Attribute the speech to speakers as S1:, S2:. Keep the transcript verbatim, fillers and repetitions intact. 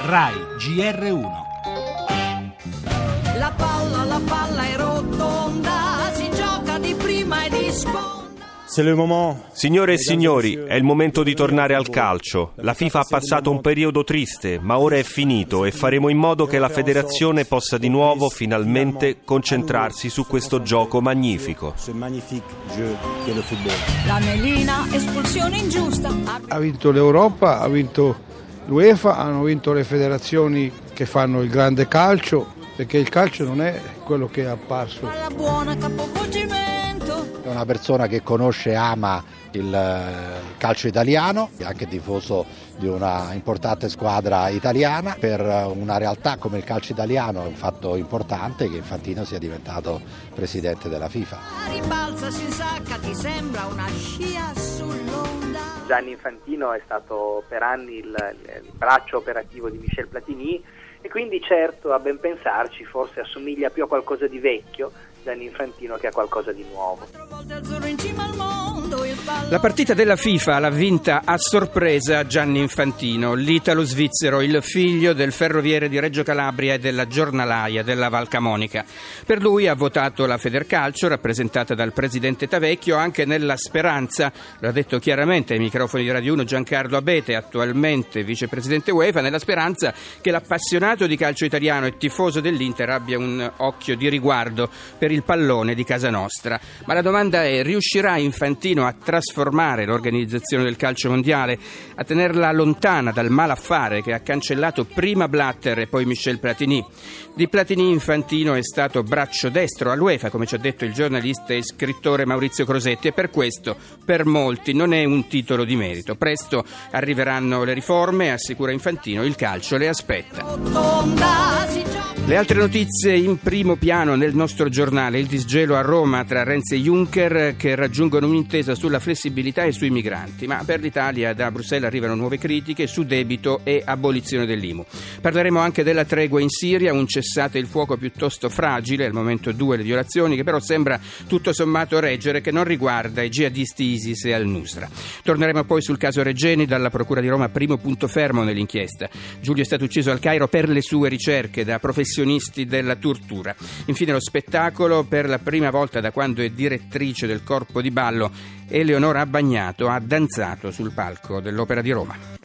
S1: Rai G R uno.
S2: La palla, la palla è rotonda, si gioca di prima e di sponda.
S3: Signore e signori, è il momento di tornare al calcio. La FIFA ha passato un periodo triste, ma ora è finito e faremo in modo che la federazione possa di nuovo, finalmente, concentrarsi su questo gioco magnifico.
S2: La melina, espulsione ingiusta.
S4: Ha vinto l'Europa, ha vinto l'UEFA, hanno vinto le federazioni che fanno il grande calcio, perché il calcio non è quello che è apparso.
S2: La buona capovolgimento.
S5: È una persona che conosce e ama il calcio italiano, è anche tifoso di una importante squadra italiana. Per una realtà come il calcio italiano è un fatto importante che Infantino sia diventato presidente della FIFA.
S2: Ribalza, si insacca, ti sembra una scia sull'onda.
S6: Gianni Infantino è stato per anni il, il braccio operativo di Michel Platini e quindi certo, a ben pensarci, forse assomiglia più a qualcosa di vecchio Gianni Infantino che a qualcosa di nuovo.
S7: La partita della FIFA l'ha vinta a sorpresa Gianni Infantino, l'italo-svizzero, il figlio del ferroviere di Reggio Calabria e della giornalaia della Val Camonica. Per lui ha votato la Federcalcio, rappresentata dal presidente Tavecchio, anche nella speranza, l'ha detto chiaramente ai microfoni di Radio uno Giancarlo Abete, attualmente vicepresidente UEFA, nella speranza che l'appassionato di calcio italiano e tifoso dell'Inter abbia un occhio di riguardo per il pallone di casa nostra. Ma la domanda è: riuscirà Infantino a trasformare l'organizzazione del calcio mondiale, a tenerla lontana dal malaffare che ha cancellato prima Blatter e poi Michel Platini? Di Platini Infantino è stato braccio destro all'UEFA, come ci ha detto il giornalista e scrittore Maurizio Crosetti, e per questo per molti non è un titolo di merito. Presto arriveranno le riforme, assicura Infantino, il calcio le aspetta. Le altre notizie in primo piano nel nostro giornale: il disgelo a Roma tra Renzi e Juncker, che raggiungono un'intesa sulla flessibilità e sui migranti, ma per l'Italia da Bruxelles arrivano nuove critiche su debito e abolizione dell'I M U. Parleremo anche della tregua in Siria, un cessate il fuoco piuttosto fragile, al momento due le violazioni, che però sembra tutto sommato reggere, che non riguarda i jihadisti ISIS e al-Nusra. Torneremo poi sul caso Regeni, dalla Procura di Roma primo punto fermo nell'inchiesta. Giulio è stato ucciso al Cairo per le sue ricerche da professionisti della tortura. Infine lo spettacolo: per la prima volta da quando è direttrice del corpo di ballo, Eleonora Abbagnato ha danzato sul palco dell'Opera di Roma.